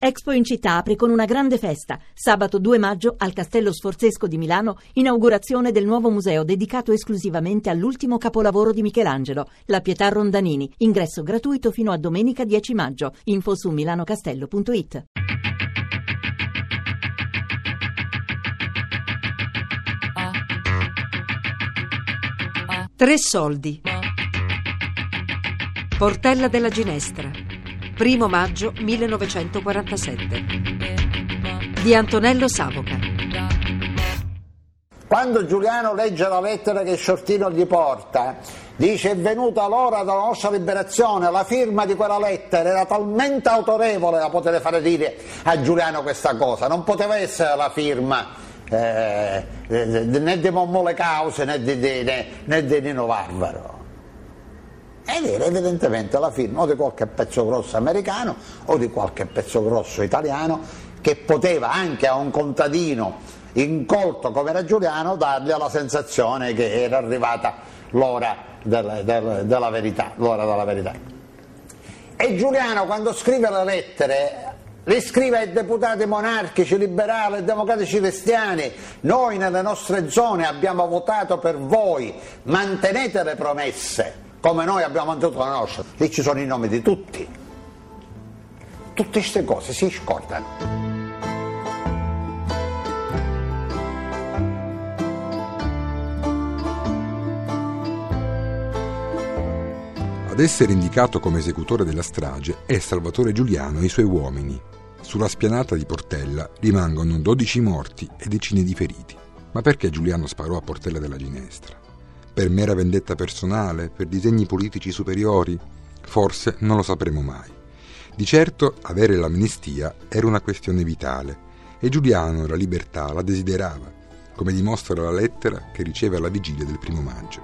Expo in città apre con una grande festa. Sabato 2 maggio al Castello Sforzesco di Milano, inaugurazione del nuovo museo dedicato esclusivamente all'ultimo capolavoro di Michelangelo, la Pietà Rondanini. Ingresso gratuito fino a domenica 10 maggio. Info su milanocastello.it. Tre soldi. Portella della Ginestra, 1 maggio 1947. Di Antonello Savoca. Quando Giuliano legge la lettera che Shortino gli porta, dice: è venuta l'ora della nostra liberazione. La firma di quella lettera era talmente autorevole da poter fare dire a Giuliano questa cosa. Non poteva essere la firma né di Mommole Cause né di Nino Varvaro. Ed era evidentemente la firma o di qualche pezzo grosso americano o di qualche pezzo grosso italiano, che poteva anche a un contadino incolto come era Giuliano dargli la sensazione che era arrivata l'ora della verità. E Giuliano, quando scrive le lettere, le scrive ai deputati monarchici, liberali e democratici cristiani: noi nelle nostre zone abbiamo votato per voi, mantenete le promesse come noi abbiamo mantenuto la nostra. Lì ci sono i nomi di tutti. Tutte queste cose si scordano. Ad essere indicato come esecutore della strage è Salvatore Giuliano e i suoi uomini. Sulla spianata di Portella rimangono 12 morti e decine di feriti. Ma perché Giuliano sparò a Portella della Ginestra? Per mera vendetta personale? Per disegni politici superiori? Forse non lo sapremo mai. Di certo avere l'amnistia era una questione vitale e Giuliano la libertà la desiderava, come dimostra la lettera che riceve alla vigilia del 1 maggio.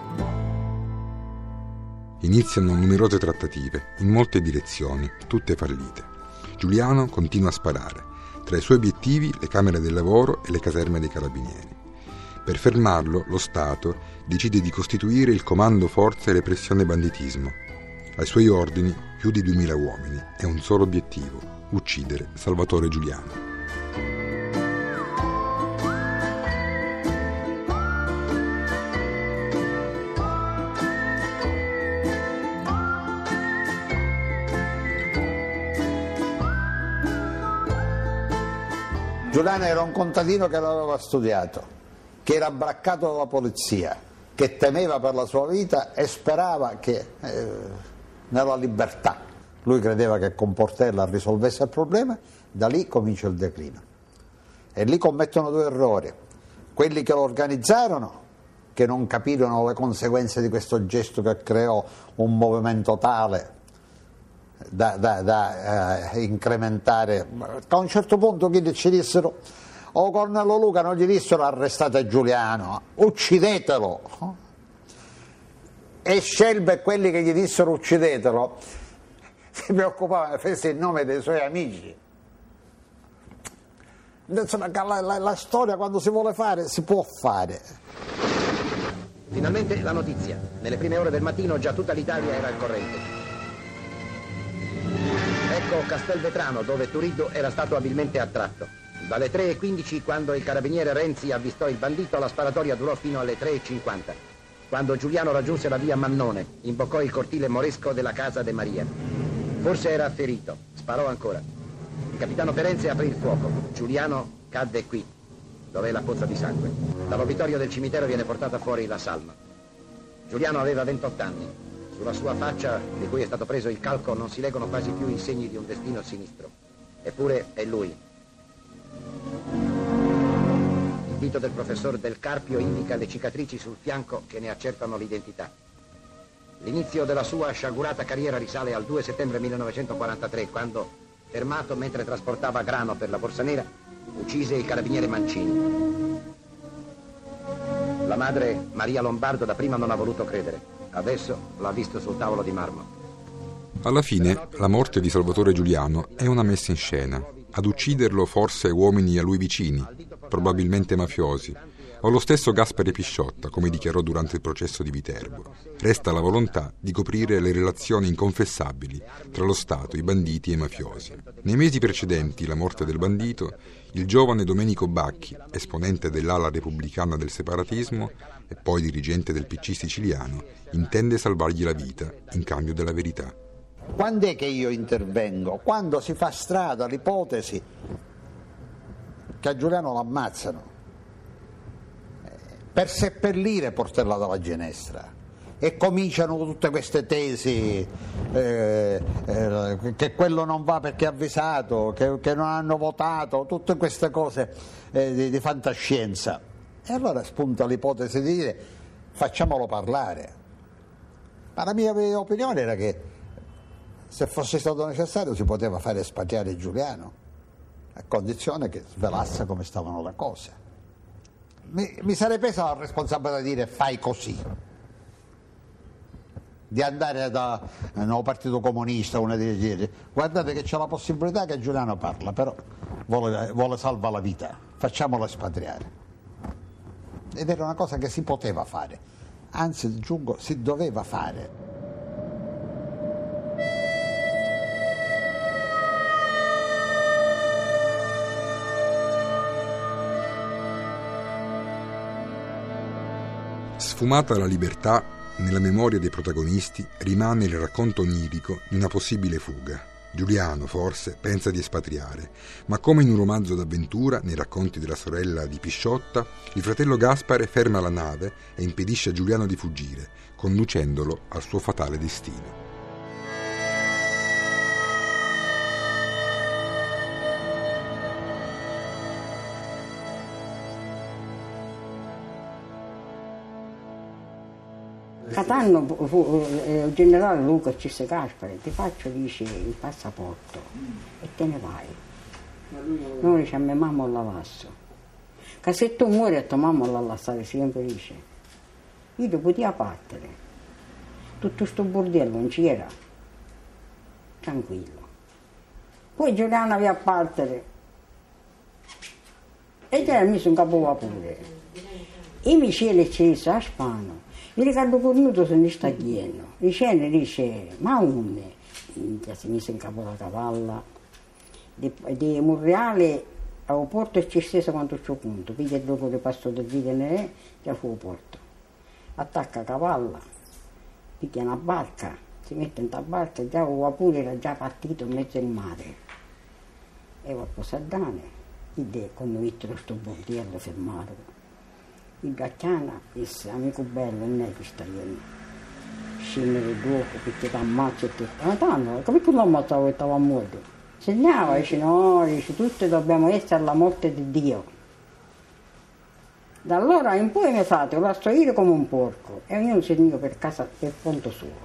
Iniziano numerose trattative in molte direzioni, tutte fallite. Giuliano continua a sparare. Tra i suoi obiettivi le camere del lavoro e le caserme dei carabinieri. Per fermarlo, lo Stato decide di costituire il Comando Forze Repressione Banditismo. Ai suoi ordini più di 2000 uomini e un solo obiettivo: uccidere Salvatore Giuliano. Giuliano era un contadino che l'aveva studiato, che era braccato dalla polizia, che temeva per la sua vita e sperava che nella libertà. Lui credeva che con Portella risolvesse il problema. Da lì comincia il declino. E lì commettono 2 errori. Quelli che lo organizzarono, che non capirono le conseguenze di questo gesto che creò un movimento tale da incrementare. A un certo punto chi ci dissero: o Cornello Luca, non gli dissero arrestate Giuliano, uccidetelo. E Scelba e quelli che gli dissero uccidetelo si preoccupavano di fare il nome dei suoi amici. La storia, quando si vuole fare, si può fare. Finalmente la notizia. Nelle prime ore del mattino già tutta l'Italia era al corrente. Ecco Castelvetrano, dove Turiddu era stato abilmente attratto. Dalle 3:15, quando il carabiniere Renzi avvistò il bandito, la sparatoria durò fino alle 3:50. Quando Giuliano raggiunse la via Mannone, imboccò il cortile moresco della casa de Maria. Forse era ferito, sparò ancora. Il capitano Perenze aprì il fuoco. Giuliano cadde qui, dove è la pozza di sangue. Dall'obitorio del cimitero viene portata fuori la salma. Giuliano aveva 28 anni. Sulla sua faccia, di cui è stato preso il calco, non si leggono quasi più i segni di un destino sinistro. Eppure è lui. Il dito del professor Del Carpio indica le cicatrici sul fianco che ne accertano l'identità. L'inizio della sua sciagurata carriera risale al 2 settembre 1943, quando, fermato mentre trasportava grano per la Borsa Nera, uccise il carabiniere Mancini. La madre, Maria Lombardo, dapprima non ha voluto credere. Adesso l'ha visto sul tavolo di marmo. Alla fine, la morte di Salvatore Giuliano è una messa in scena. Ad ucciderlo forse uomini a lui vicini, probabilmente mafiosi, o lo stesso Gaspare Pisciotta, come dichiarò durante il processo di Viterbo. Resta la volontà di coprire le relazioni inconfessabili tra lo Stato, i banditi e i mafiosi. Nei mesi precedenti la morte del bandito, il giovane Domenico Bacchi, esponente dell'ala repubblicana del separatismo e poi dirigente del PC siciliano, intende salvargli la vita in cambio della verità. Quando è che io intervengo? Quando si fa strada l'ipotesi che a Giuliano lo ammazzano per seppellire Portella della Ginestra, e cominciano tutte queste tesi che quello non va perché è avvisato, che non hanno votato, tutte queste cose di fantascienza. E allora spunta l'ipotesi di dire facciamolo parlare. Ma la mia opinione era che se fosse stato necessario si poteva fare espatriare Giuliano, a condizione che svelasse come stavano le cose. Mi sarei presa la responsabilità di dire fai così, di andare no Partito Comunista, una di dire guardate che c'è la possibilità che Giuliano parla, però vuole salvare la vita, facciamolo espatriare. Ed era una cosa che si poteva fare, anzi aggiungo si doveva fare. Sfumata la libertà, nella memoria dei protagonisti rimane il racconto onirico di una possibile fuga. Giuliano, forse, pensa di espatriare, ma come in un romanzo d'avventura, nei racconti della sorella di Pisciotta, il fratello Gaspare ferma la nave e impedisce a Giuliano di fuggire, conducendolo al suo fatale destino. Catano il generale Luca disse Gaspare, ti faccio, dice, il passaporto e te ne vai. Noi dice a mia mamma l'avasso. Che se tu muori a tua mamma la stare sempre felice. Io potevo partire. Tutto sto bordello non c'era. Tranquillo. Poi Giuliano aveva a partire. E già mi sono capo pure. E mi c'era acceso a Spano. Mi ricordo cornuto se ne sta chieno. Dice, ma unne? Si mise in capo la cavalla. Di Monreale a porto e ci stessa quanto c'ho punto. Piglia il dopo che passo del vita ne già fu a porto. Attacca a cavalla, piglia una barca, si mette in ta barca, già il vapore era già partito in mezzo al mare. E va a Posadane, quando vittero sto bordello fermato. Il Gacchiana disse, amico bello, non è che sta io. Scendere dopo, perché ti ammazzo e ti... Ma tanto, come tu lo ammazzavo che stava morto? Segnava, dice no, dice, tutti dobbiamo essere alla morte di Dio. Da allora in poi mio fratello lo lascio io come un porco e ognuno si segna per casa per conto suo.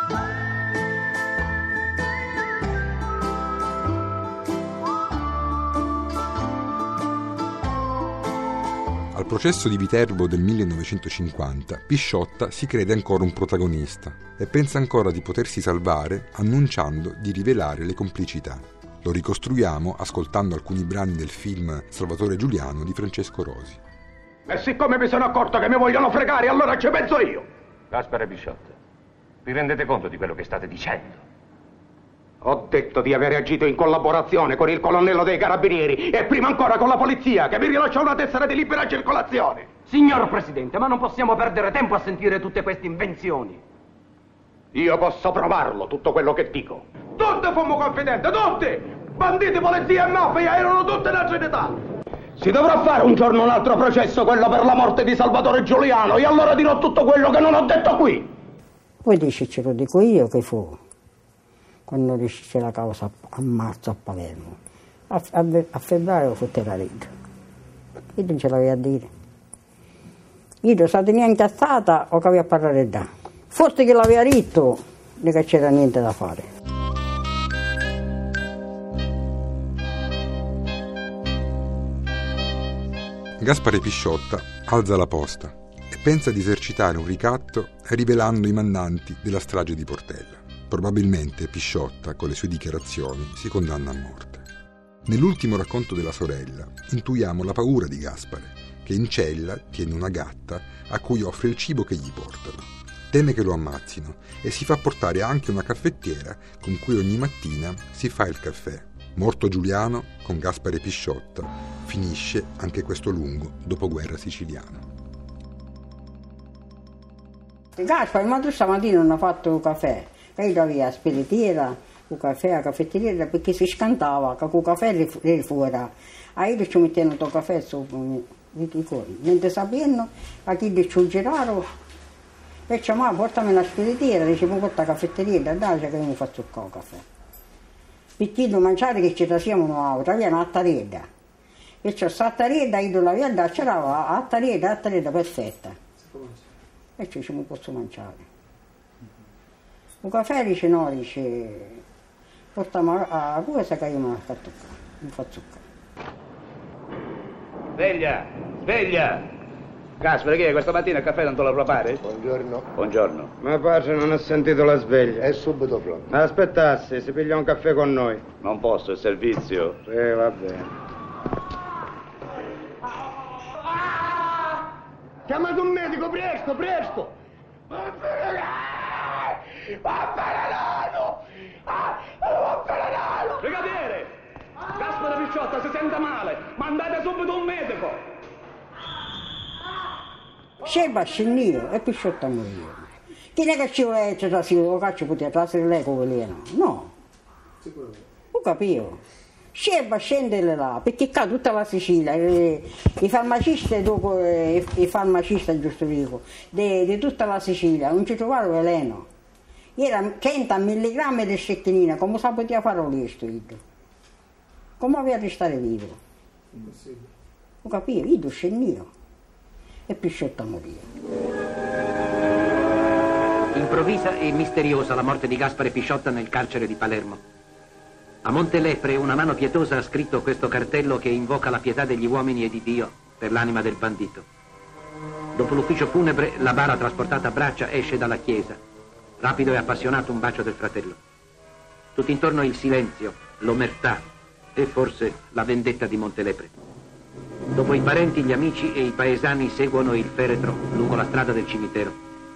Al processo di Viterbo del 1950, Pisciotta si crede ancora un protagonista e pensa ancora di potersi salvare annunciando di rivelare le complicità. Lo ricostruiamo ascoltando alcuni brani del film Salvatore Giuliano di Francesco Rosi. E siccome mi sono accorto che mi vogliono fregare, allora ci penso io. Gaspare Pisciotta, vi rendete conto di quello che state dicendo? Ho detto di aver agito in collaborazione con il colonnello dei carabinieri e prima ancora con la polizia, che mi rilascia una tessera di libera circolazione. Signor Presidente, ma non possiamo perdere tempo a sentire tutte queste invenzioni. Io posso provarlo, tutto quello che dico. Tutte fummo confidenti, tutti! Banditi, polizia e mafia erano tutte in età. Si dovrà fare un giorno un altro processo, quello per la morte di Salvatore Giuliano, e allora dirò tutto quello che non ho detto qui. Poi dice, ce lo dico io che fu. Quando riuscì la causa a marzo a Palermo, a febbraio fu terrorito. Io non ce l'avevo a dire. Io sono stata incazzata o che avevo a parlare da. Forse che l'aveva ritto, che c'era niente da fare. Gaspare Pisciotta alza la posta e pensa di esercitare un ricatto rivelando i mandanti della strage di Portella. Probabilmente Pisciotta, con le sue dichiarazioni, si condanna a morte. Nell'ultimo racconto della sorella, intuiamo la paura di Gaspare, che in cella tiene una gatta a cui offre il cibo che gli portano. Teme che lo ammazzino e si fa portare anche una caffettiera con cui ogni mattina si fa il caffè. Morto Giuliano, con Gaspare Pisciotta, finisce anche questo lungo dopoguerra siciliano. Gaspare, ma tu stamattina non hai fatto il caffè? Io avevo la speditiera, il caffè, la caffettiera, perché si scantava che il caffè era fuori. A io ci mettevano il caffè sopra, mentre sapevano, a chi ci girarono, e dice, ma portami la speditiera, dice, ma porta la caffetteria, dai, che non faccio il caffè. Perché non mangiare che ci trasiamo un'altra, aveva una tareda. E c'è questa tareda, io la via, c'era la tareda perfetta. E ci non posso mangiare. Il caffè dice no, dice, portiamo a cosa che io non faccio qua, non faccio qua. Sveglia, sveglia! Gaspare, che questa mattina il caffè non te lo prepari? Buongiorno. Buongiorno. Ma pace non ha sentito la sveglia. È subito pronto. Aspettasse, si piglia un caffè con noi. Non posso, il servizio. Sì, va bene. Chiamate un medico, presto, presto! Brigadiere! Gaspare Pisciotta si sente male! Mandate subito un medico! Scema scennio e Pisciotta morì. Chi è che ci vuole trasire, lo caccio poteva trasire lei con veleno? No. Non capivo. Scema scendere là, perché qua tutta la Sicilia, i farmacisti dopo, i farmacisti giusto dico, di tutta la Sicilia, non ci trovavano veleno. Era 100 milligrammi di cecchinina, come si poteva fare questo? Come aveva di stare vivo? Non capivo, io scennio e Pisciotta morì. Improvvisa e misteriosa la morte di Gaspare Pisciotta nel carcere di Palermo. A Montelepre una mano pietosa ha scritto questo cartello che invoca la pietà degli uomini e di Dio per l'anima del bandito. Dopo l'ufficio funebre, la bara trasportata a braccia esce dalla chiesa. Rapido e appassionato un bacio del fratello. Tutto intorno il silenzio, l'omertà e forse la vendetta di Montelepre. Dopo i parenti, gli amici e i paesani seguono il feretro lungo la strada del cimitero.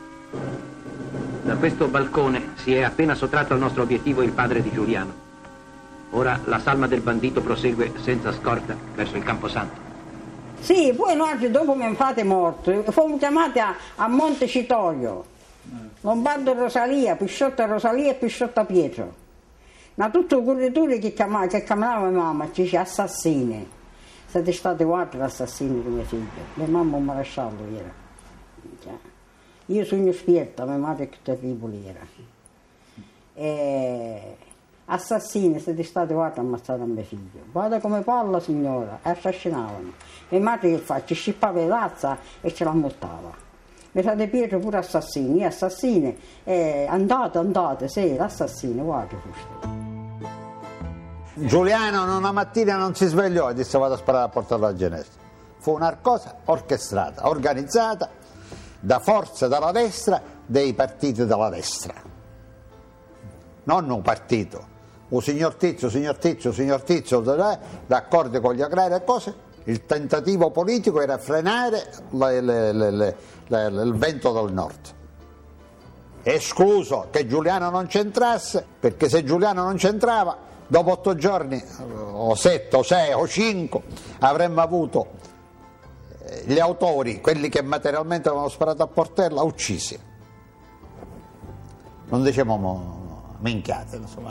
Da questo balcone si è appena sottratto al nostro obiettivo il padre di Giuliano. Ora la salma del bandito prosegue senza scorta verso il Camposanto. Sì, poi noi dopo mio padre è morto, fommo chiamati a Montecitorio, Lombardo Rosalia, Pisciotta Rosalia e Pisciotta Pietro. Ma tutto il corridore che chiamava mia mamma ci dice assassine. Siete state 4 assassini di mio figlio, mia mamma un maresciallo era. Io sono esperta, mia madre è più terribile era. Assassini, siete state 4 ammazzate a mio figlio. Guarda come parla signora, e assassinavano. Mia madre che fa? Ci scippava la razza e ce la montava. Mi fate Pietro pure assassini, assassine, andate, sì, l'assassino, guarda questo. Giuliano una mattina non si svegliò e disse vado a sparare a portarlo alla Ginestra. Fu una cosa orchestrata, organizzata da forze dalla destra, dei partiti della destra. Non un partito. Un signor Tizio, d'accordo con gli agrari e cose, il tentativo politico era frenare il vento del nord. Escluso che Giuliano non c'entrasse, perché se Giuliano non c'entrava, dopo 8 giorni, o 7, o 6, o 5, avremmo avuto gli autori, quelli che materialmente avevano sparato a Portella, uccisi. Non diciamo minchiate, insomma.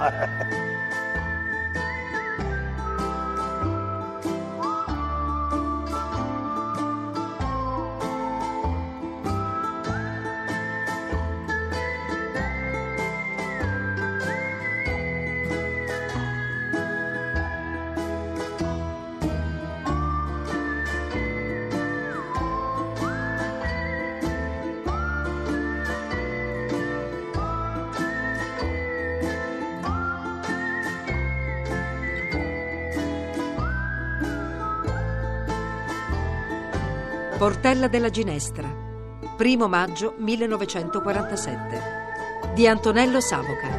Portella della Ginestra, 1 maggio 1947, di Antonello Savoca.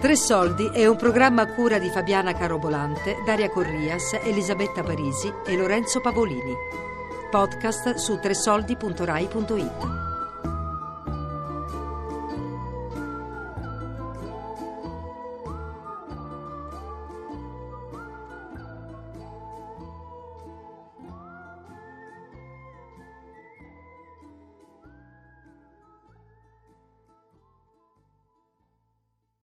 Tre Soldi è un programma a cura di Fabiana Carobolante, Daria Corrias, Elisabetta Parisi e Lorenzo Pavolini. Podcast su tresoldi.rai.it.